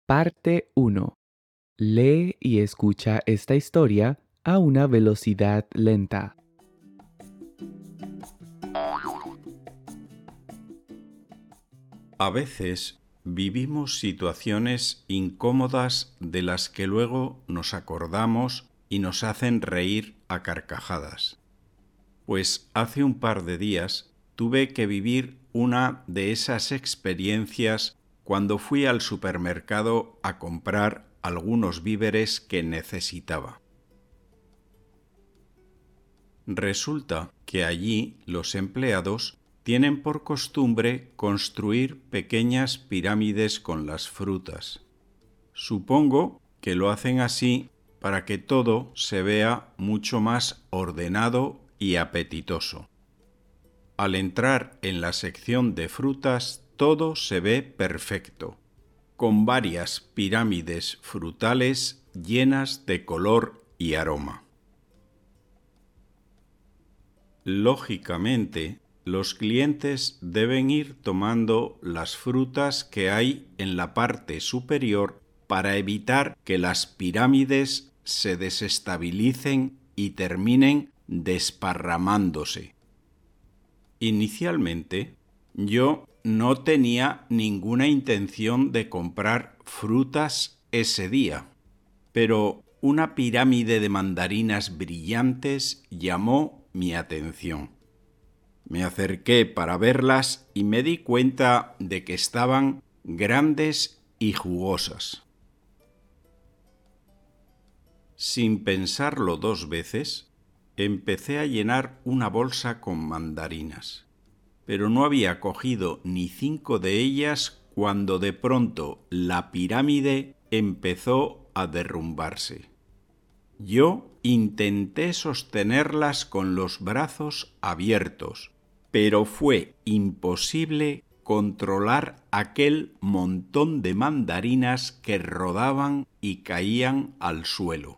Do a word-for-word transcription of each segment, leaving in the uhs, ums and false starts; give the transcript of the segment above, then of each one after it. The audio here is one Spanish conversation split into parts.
Parte uno. Lee y escucha esta historia a una velocidad lenta. A veces vivimos situaciones incómodas de las que luego nos acordamos y nos hacen reír a carcajadas. Pues hace un par de días tuve que vivir una de esas experiencias cuando fui al supermercado a comprar algunos víveres que necesitaba. Resulta que allí los empleados tienen por costumbre construir pequeñas pirámides con las frutas. Supongo que lo hacen así para que todo se vea mucho más ordenado y apetitoso. Al entrar en la sección de frutas, todo se ve perfecto, con varias pirámides frutales llenas de color y aroma. Lógicamente, los clientes deben ir tomando las frutas que hay en la parte superior para evitar que las pirámides se desestabilicen y terminen desparramándose. Inicialmente, yo no tenía ninguna intención de comprar frutas ese día, pero una pirámide de mandarinas brillantes llamó mi atención. Me acerqué para verlas y me di cuenta de que estaban grandes y jugosas. Sin pensarlo dos veces, empecé a llenar una bolsa con mandarinas, pero no había cogido ni cinco de ellas cuando de pronto la pirámide empezó a derrumbarse. Yo intenté sostenerlas con los brazos abiertos, pero fue imposible controlar aquel montón de mandarinas que rodaban y caían al suelo.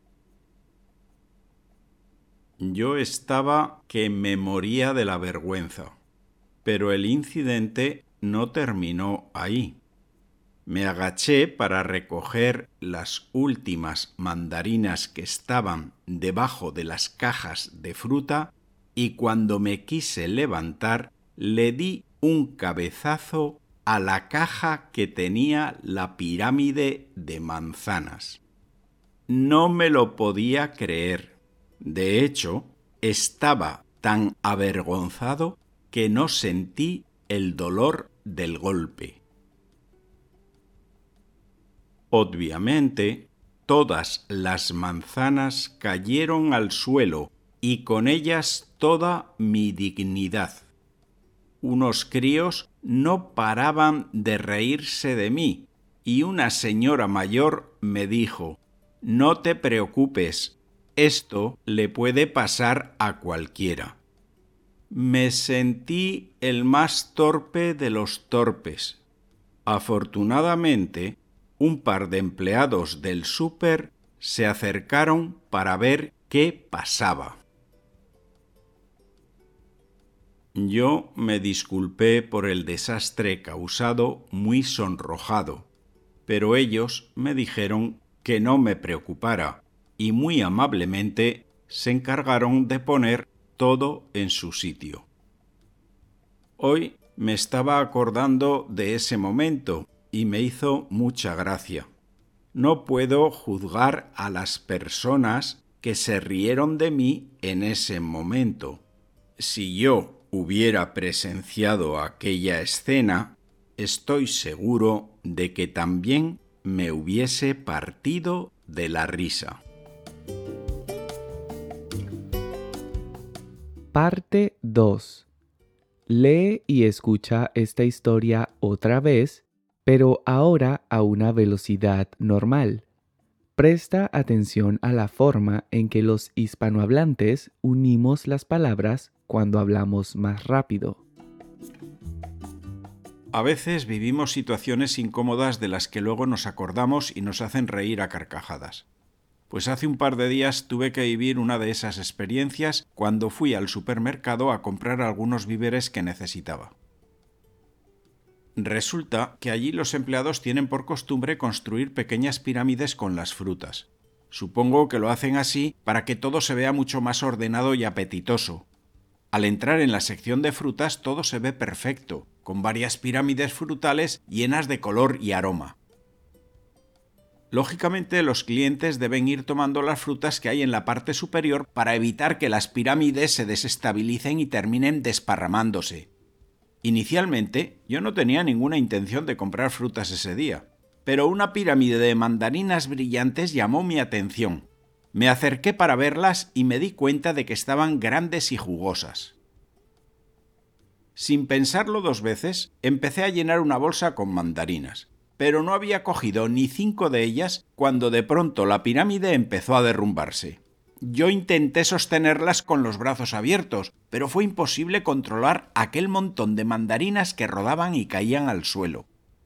Yo estaba que me moría de la vergüenza, pero el incidente no terminó ahí. Me agaché para recoger las últimas mandarinas que estaban debajo de las cajas de fruta y cuando me quise levantar le di un cabezazo a la caja que tenía la pirámide de manzanas. No me lo podía creer. De hecho, estaba tan avergonzado que no sentí el dolor del golpe. Obviamente, todas las manzanas cayeron al suelo y con ellas toda mi dignidad. Unos críos no paraban de reírse de mí y una señora mayor me dijo: «No te preocupes, esto le puede pasar a cualquiera». Me sentí el más torpe de los torpes. Afortunadamente, un par de empleados del súper se acercaron para ver qué pasaba. Yo me disculpé por el desastre causado muy sonrojado, pero ellos me dijeron que no me preocupara y muy amablemente se encargaron de poner todo en su sitio. Hoy me estaba acordando de ese momento y me hizo mucha gracia. No puedo juzgar a las personas que se rieron de mí en ese momento. Si yo hubiera presenciado aquella escena, estoy seguro de que también me hubiese partido de la risa. Parte dos. Lee y escucha esta historia otra vez, pero ahora a una velocidad normal. Presta atención a la forma en que los hispanohablantes unimos las palabras cuando hablamos más rápido. A veces vivimos situaciones incómodas de las que luego nos acordamos y nos hacen reír a carcajadas. Pues hace un par de días tuve que vivir una de esas experiencias cuando fui al supermercado a comprar algunos víveres que necesitaba. Resulta que allí los empleados tienen por costumbre construir pequeñas pirámides con las frutas. Supongo que lo hacen así para que todo se vea mucho más ordenado y apetitoso. Al entrar en la sección de frutas todo se ve perfecto, con varias pirámides frutales llenas de color y aroma. Lógicamente, los clientes deben ir tomando las frutas que hay en la parte superior para evitar que las pirámides se desestabilicen y terminen desparramándose. Inicialmente, yo no tenía ninguna intención de comprar frutas ese día, pero una pirámide de mandarinas brillantes llamó mi atención. Me acerqué para verlas y me di cuenta de que estaban grandes y jugosas. Sin pensarlo dos veces, empecé a llenar una bolsa con mandarinas, pero no había cogido ni cinco de ellas cuando de pronto la pirámide empezó a derrumbarse. Yo intenté sostenerlas con los brazos abiertos, pero fue imposible controlar aquel montón de mandarinas que rodaban y caían al suelo.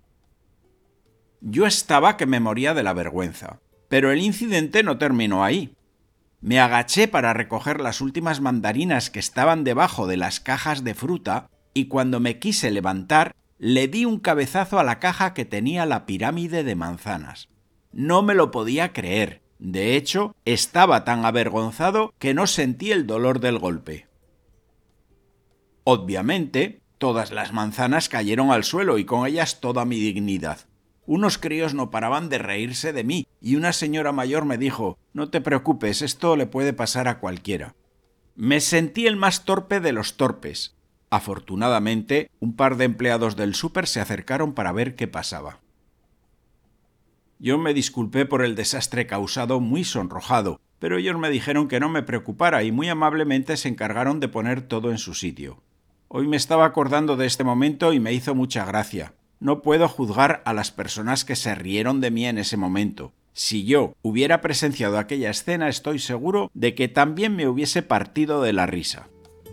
Yo estaba que me moría de la vergüenza, pero el incidente no terminó ahí. Me agaché para recoger las últimas mandarinas que estaban debajo de las cajas de fruta y cuando me quise levantar, le di un cabezazo a la caja que tenía la pirámide de manzanas. No me lo podía creer. De hecho, estaba tan avergonzado que no sentí el dolor del golpe. Obviamente, todas las manzanas cayeron al suelo y con ellas toda mi dignidad. Unos críos no paraban de reírse de mí y una señora mayor me dijo: «No te preocupes, esto le puede pasar a cualquiera». Me sentí el más torpe de los torpes. Afortunadamente, un par de empleados del súper se acercaron para ver qué pasaba. Yo me disculpé por el desastre causado muy sonrojado, pero ellos me dijeron que no me preocupara y muy amablemente se encargaron de poner todo en su sitio. Hoy me estaba acordando de este momento y me hizo mucha gracia. No puedo juzgar a las personas que se rieron de mí en ese momento. Si yo hubiera presenciado aquella escena, estoy seguro de que también me hubiese partido de la risa.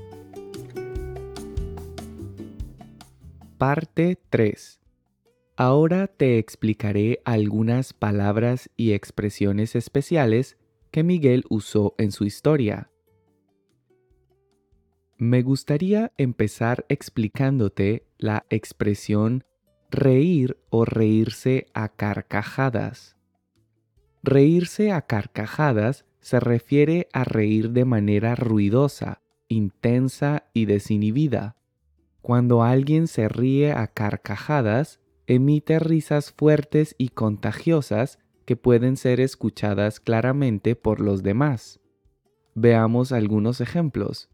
Parte tres. Ahora te explicaré algunas palabras y expresiones especiales que Miguel usó en su historia. Me gustaría empezar explicándote la expresión reír o reírse a carcajadas. Reírse a carcajadas se refiere a reír de manera ruidosa, intensa y desinhibida. Cuando alguien se ríe a carcajadas, emite risas fuertes y contagiosas que pueden ser escuchadas claramente por los demás. Veamos algunos ejemplos.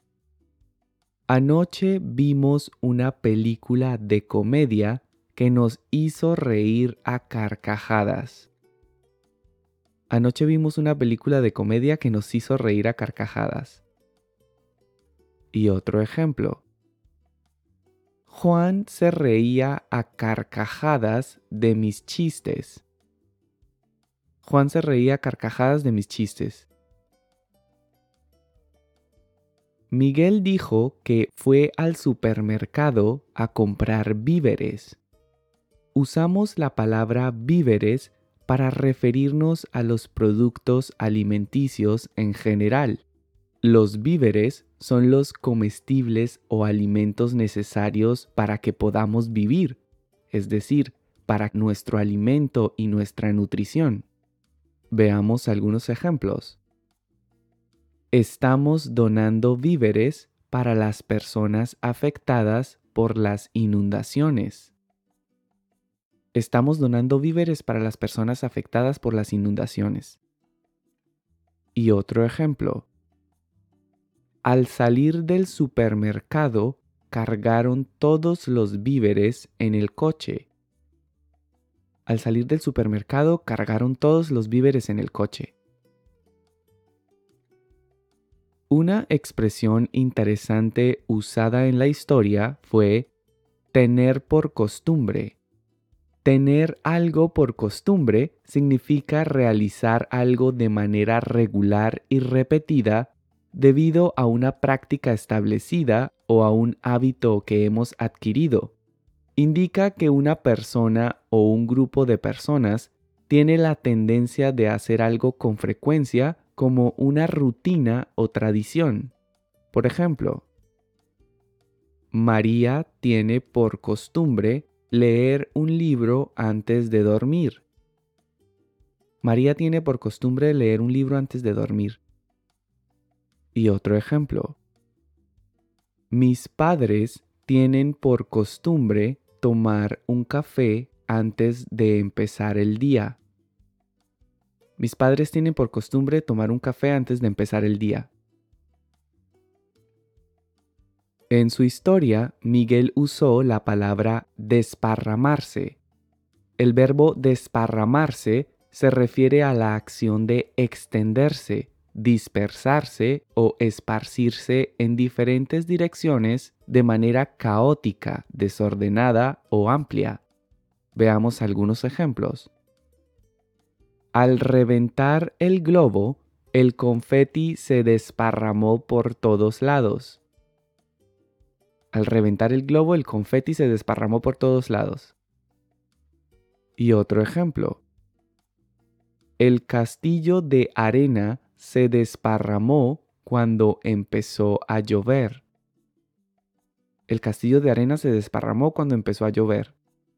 Anoche vimos una película de comedia que nos hizo reír a carcajadas. Anoche vimos una película de comedia que nos hizo reír a carcajadas. Y otro ejemplo. Juan se reía a carcajadas de mis chistes. Juan se reía a carcajadas de mis chistes. Miguel dijo que fue al supermercado a comprar víveres. Usamos la palabra víveres para referirnos a los productos alimenticios en general. Los víveres son los comestibles o alimentos necesarios para que podamos vivir, es decir, para nuestro alimento y nuestra nutrición. Veamos algunos ejemplos. Estamos donando víveres para las personas afectadas por las inundaciones. Estamos donando víveres para las personas afectadas por las inundaciones. Y otro ejemplo. Al salir del supermercado, cargaron todos los víveres en el coche. Al salir del supermercado, cargaron todos los víveres en el coche. Una expresión interesante usada en la historia fue tener por costumbre. Tener algo por costumbre significa realizar algo de manera regular y repetida debido a una práctica establecida o a un hábito que hemos adquirido. Indica que una persona o un grupo de personas tiene la tendencia de hacer algo con frecuencia como una rutina o tradición. Por ejemplo, María tiene por costumbre leer un libro antes de dormir. María tiene por costumbre leer un libro antes de dormir. Y otro ejemplo. Mis padres tienen por costumbre tomar un café antes de empezar el día. Mis padres tienen por costumbre tomar un café antes de empezar el día. En su historia, Miguel usó la palabra desparramarse. El verbo desparramarse se refiere a la acción de extenderse, dispersarse o esparcirse en diferentes direcciones de manera caótica, desordenada o amplia. Veamos algunos ejemplos. Al reventar el globo, el confeti se desparramó por todos lados. Al reventar el globo, el confeti se desparramó por todos lados. Y otro ejemplo. El castillo de arena se desparramó cuando empezó a llover. El castillo de arena se desparramó cuando empezó a llover.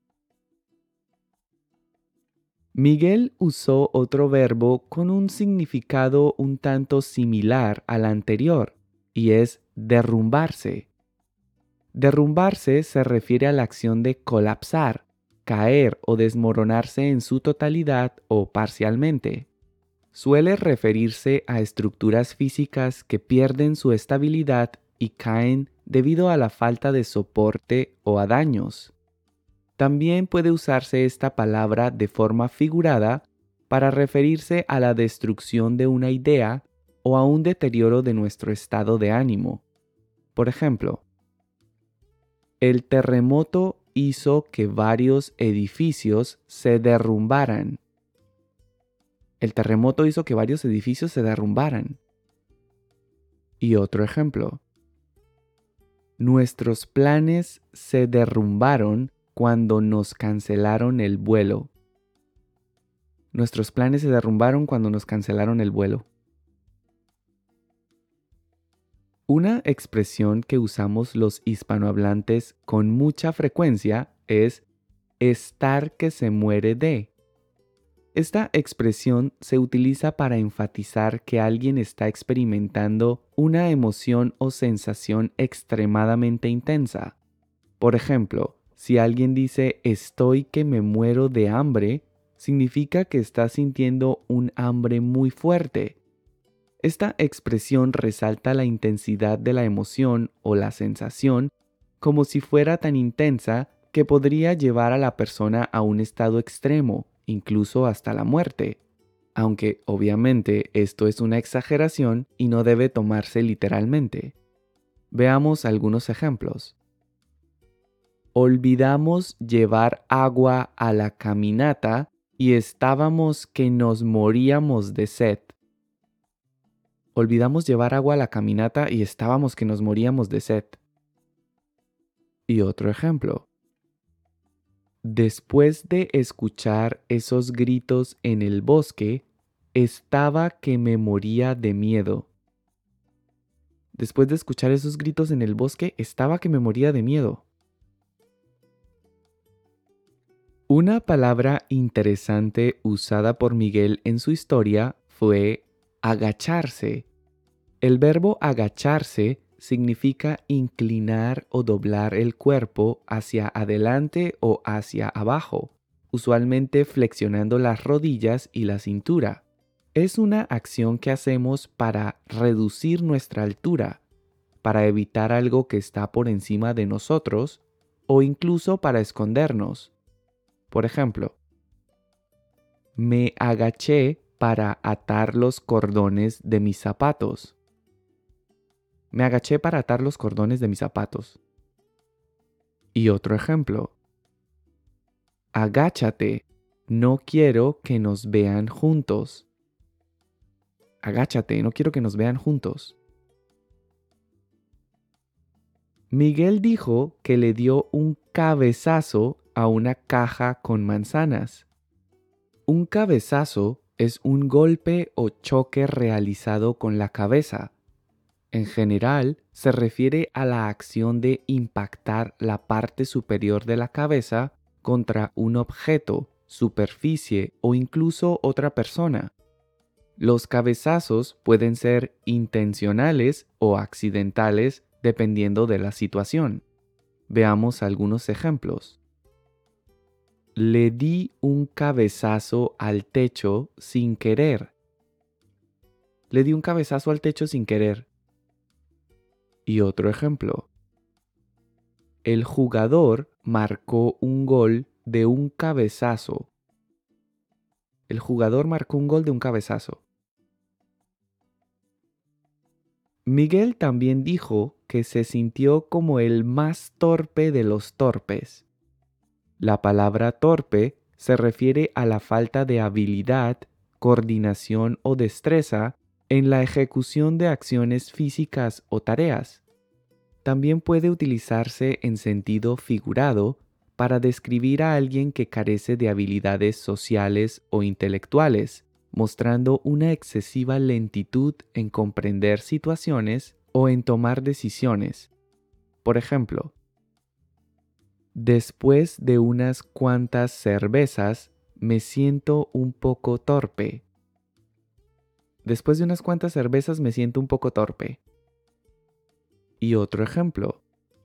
Miguel usó otro verbo con un significado un tanto similar al anterior, y es derrumbarse. Derrumbarse se refiere a la acción de colapsar, caer o desmoronarse en su totalidad o parcialmente. Suele referirse a estructuras físicas que pierden su estabilidad y caen debido a la falta de soporte o a daños. También puede usarse esta palabra de forma figurada para referirse a la destrucción de una idea o a un deterioro de nuestro estado de ánimo. Por ejemplo, el terremoto hizo que varios edificios se derrumbaran. El terremoto hizo que varios edificios se derrumbaran. Y otro ejemplo. Nuestros planes se derrumbaron cuando nos cancelaron el vuelo. Nuestros planes se derrumbaron cuando nos cancelaron el vuelo. Una expresión que usamos los hispanohablantes con mucha frecuencia es estar que se muere de. Esta expresión se utiliza para enfatizar que alguien está experimentando una emoción o sensación extremadamente intensa. Por ejemplo, si alguien dice estoy que me muero de hambre, significa que está sintiendo un hambre muy fuerte. Esta expresión resalta la intensidad de la emoción o la sensación como si fuera tan intensa que podría llevar a la persona a un estado extremo, incluso hasta la muerte. Aunque obviamente esto es una exageración y no debe tomarse literalmente. Veamos algunos ejemplos. Olvidamos llevar agua a la caminata y estábamos que nos moríamos de sed. Olvidamos llevar agua a la caminata y estábamos que nos moríamos de sed. Y otro ejemplo. Después de escuchar esos gritos en el bosque, estaba que me moría de miedo. Después de escuchar esos gritos en el bosque, estaba que me moría de miedo. Una palabra interesante usada por Miguel en su historia fue agacharse. El verbo agacharse significa inclinar o doblar el cuerpo hacia adelante o hacia abajo, usualmente flexionando las rodillas y la cintura. Es una acción que hacemos para reducir nuestra altura, para evitar algo que está por encima de nosotros o incluso para escondernos. Por ejemplo, me agaché para atar los cordones de mis zapatos. Me agaché para atar los cordones de mis zapatos. Y otro ejemplo. Agáchate, no quiero que nos vean juntos. Agáchate, no quiero que nos vean juntos. Miguel dijo que le dio un cabezazo a una caja con manzanas. Un cabezazo es un golpe o choque realizado con la cabeza. En general, se refiere a la acción de impactar la parte superior de la cabeza contra un objeto, superficie o incluso otra persona. Los cabezazos pueden ser intencionales o accidentales dependiendo de la situación. Veamos algunos ejemplos. Le di un cabezazo al techo sin querer. Le di un cabezazo al techo sin querer. Y otro ejemplo. El jugador marcó un gol de un cabezazo. El jugador marcó un gol de un cabezazo. Miguel también dijo que se sintió como el más torpe de los torpes. La palabra torpe se refiere a la falta de habilidad, coordinación o destreza en la ejecución de acciones físicas o tareas. También puede utilizarse en sentido figurado para describir a alguien que carece de habilidades sociales o intelectuales, mostrando una excesiva lentitud en comprender situaciones o en tomar decisiones. Por ejemplo, después de unas cuantas cervezas, me siento un poco torpe. Después de unas cuantas cervezas me siento un poco torpe. Y otro ejemplo.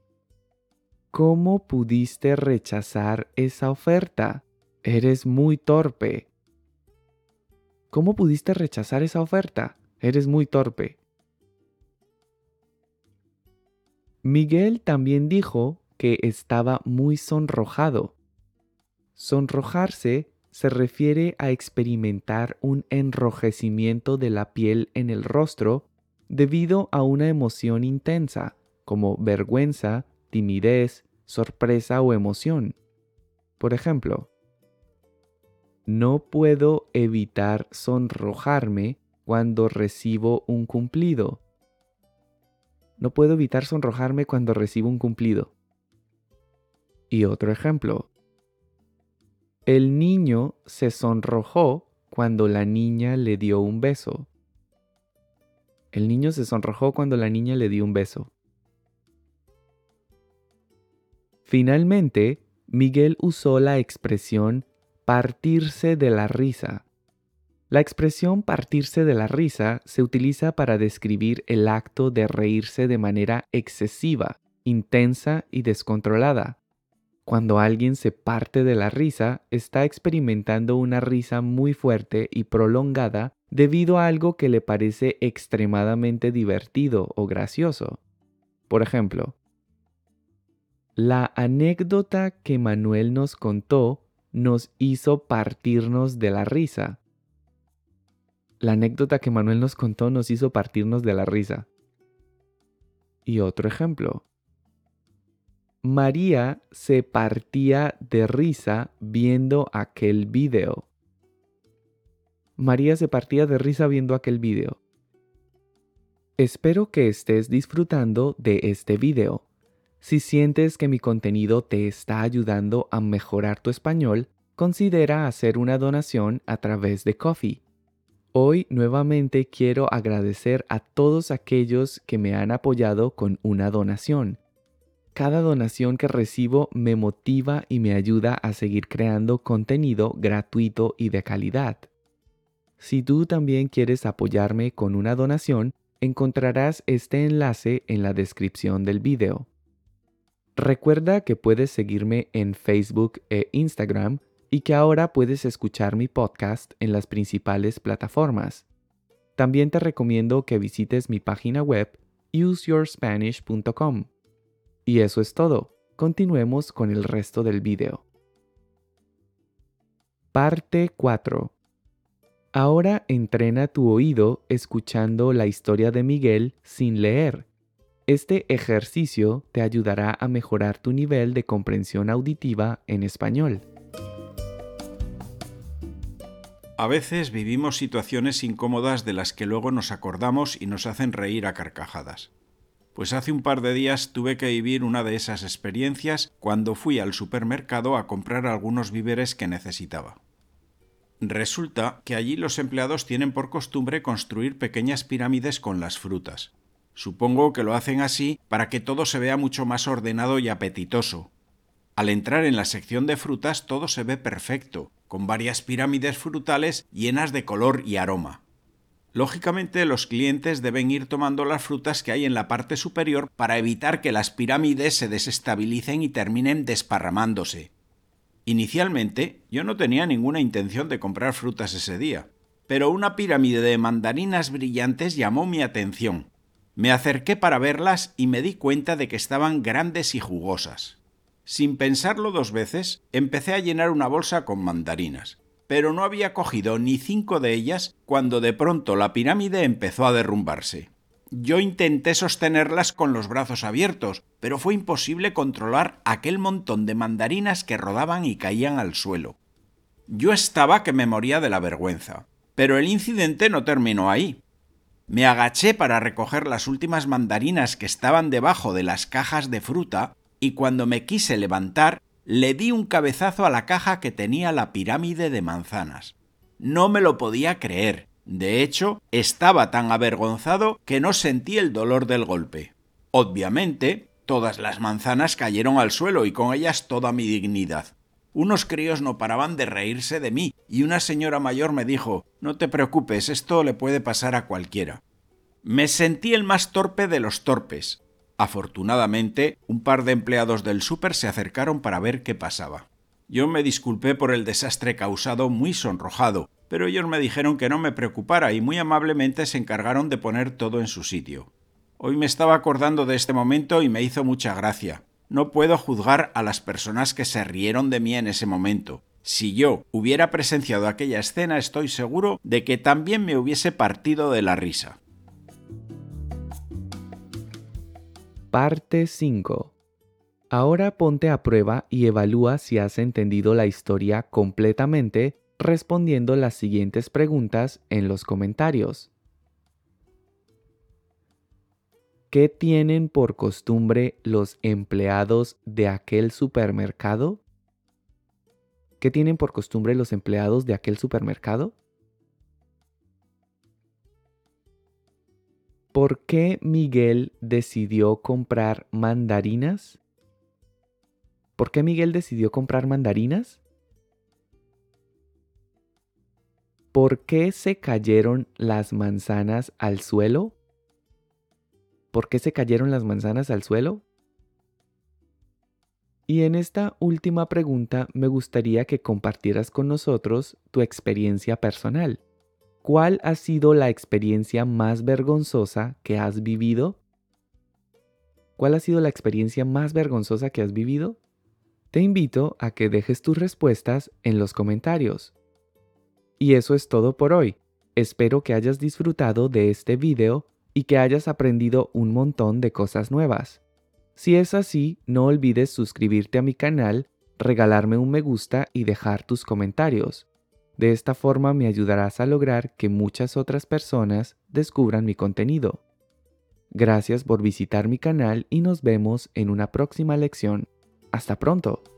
¿Cómo pudiste rechazar esa oferta? Eres muy torpe. ¿Cómo pudiste rechazar esa oferta? Eres muy torpe. Miguel también dijo que estaba muy sonrojado. Sonrojarse se refiere a experimentar un enrojecimiento de la piel en el rostro debido a una emoción intensa, como vergüenza, timidez, sorpresa o emoción. Por ejemplo, no puedo evitar sonrojarme cuando recibo un cumplido. No puedo evitar sonrojarme cuando recibo un cumplido. Y otro ejemplo. El niño se sonrojó cuando la niña le dio un beso. El niño se sonrojó cuando la niña le dio un beso. Finalmente, Miguel usó la expresión partirse de la risa. La expresión partirse de la risa se utiliza para describir el acto de reírse de manera excesiva, intensa y descontrolada. Cuando alguien se parte de la risa, está experimentando una risa muy fuerte y prolongada debido a algo que le parece extremadamente divertido o gracioso. Por ejemplo, la anécdota que Manuel nos contó nos hizo partirnos de la risa. La anécdota que Manuel nos contó nos hizo partirnos de la risa. Y otro ejemplo. María se partía de risa viendo aquel video. María se partía de risa viendo aquel video. Espero que estés disfrutando de este video. Si sientes que mi contenido te está ayudando a mejorar tu español, considera hacer una donación a través de Ko-fi. Hoy nuevamente quiero agradecer a todos aquellos que me han apoyado con una donación. Cada donación que recibo me motiva y me ayuda a seguir creando contenido gratuito y de calidad. Si tú también quieres apoyarme con una donación, encontrarás este enlace en la descripción del video. Recuerda que puedes seguirme en Facebook e Instagram y que ahora puedes escuchar mi podcast en las principales plataformas. También te recomiendo que visites mi página web use your spanish punto com. Y eso es todo. Continuemos con el resto del video. Parte cuatro. Ahora entrena tu oído escuchando la historia de Miguel sin leer. Este ejercicio te ayudará a mejorar tu nivel de comprensión auditiva en español. A veces vivimos situaciones incómodas de las que luego nos acordamos y nos hacen reír a carcajadas. Pues hace un par de días tuve que vivir una de esas experiencias cuando fui al supermercado a comprar algunos víveres que necesitaba. Resulta que allí los empleados tienen por costumbre construir pequeñas pirámides con las frutas. Supongo que lo hacen así para que todo se vea mucho más ordenado y apetitoso. Al entrar en la sección de frutas todo se ve perfecto, con varias pirámides frutales llenas de color y aroma. Lógicamente, los clientes deben ir tomando las frutas que hay en la parte superior para evitar que las pirámides se desestabilicen y terminen desparramándose. Inicialmente, yo no tenía ninguna intención de comprar frutas ese día, pero una pirámide de mandarinas brillantes llamó mi atención. Me acerqué para verlas y me di cuenta de que estaban grandes y jugosas. Sin pensarlo dos veces, empecé a llenar una bolsa con mandarinas, pero no había cogido ni cinco de ellas cuando de pronto la pirámide empezó a derrumbarse. Yo intenté sostenerlas con los brazos abiertos, pero fue imposible controlar aquel montón de mandarinas que rodaban y caían al suelo. Yo estaba que me moría de la vergüenza, pero el incidente no terminó ahí. Me agaché para recoger las últimas mandarinas que estaban debajo de las cajas de fruta y cuando me quise levantar, le di un cabezazo a la caja que tenía la pirámide de manzanas. No me lo podía creer. De hecho, estaba tan avergonzado que no sentí el dolor del golpe. Obviamente, todas las manzanas cayeron al suelo y con ellas toda mi dignidad. Unos críos no paraban de reírse de mí y una señora mayor me dijo: «No te preocupes, esto le puede pasar a cualquiera». Me sentí el más torpe de los torpes. Afortunadamente, un par de empleados del súper se acercaron para ver qué pasaba. Yo me disculpé por el desastre causado muy sonrojado, pero ellos me dijeron que no me preocupara y muy amablemente se encargaron de poner todo en su sitio. Hoy me estaba acordando de este momento y me hizo mucha gracia. No puedo juzgar a las personas que se rieron de mí en ese momento. Si yo hubiera presenciado aquella escena, estoy seguro de que también me hubiese partido de la risa. Parte cinco. Ahora ponte a prueba y evalúa si has entendido la historia completamente respondiendo las siguientes preguntas en los comentarios. ¿Qué tienen por costumbre los empleados de aquel supermercado? ¿Qué tienen por costumbre los empleados de aquel supermercado? ¿Por qué Miguel decidió comprar mandarinas? ¿Por qué Miguel decidió comprar mandarinas? ¿Por qué se cayeron las manzanas al suelo? ¿Por qué se cayeron las manzanas al suelo? Y en esta última pregunta me gustaría que compartieras con nosotros tu experiencia personal. ¿Cuál ha sido la experiencia más vergonzosa que has vivido? ¿Cuál ha sido la experiencia más vergonzosa que has vivido? Te invito a que dejes tus respuestas en los comentarios. Y eso es todo por hoy. Espero que hayas disfrutado de este video y que hayas aprendido un montón de cosas nuevas. Si es así, no olvides suscribirte a mi canal, regalarme un me gusta y dejar tus comentarios. De esta forma me ayudarás a lograr que muchas otras personas descubran mi contenido. Gracias por visitar mi canal y nos vemos en una próxima lección. ¡Hasta pronto!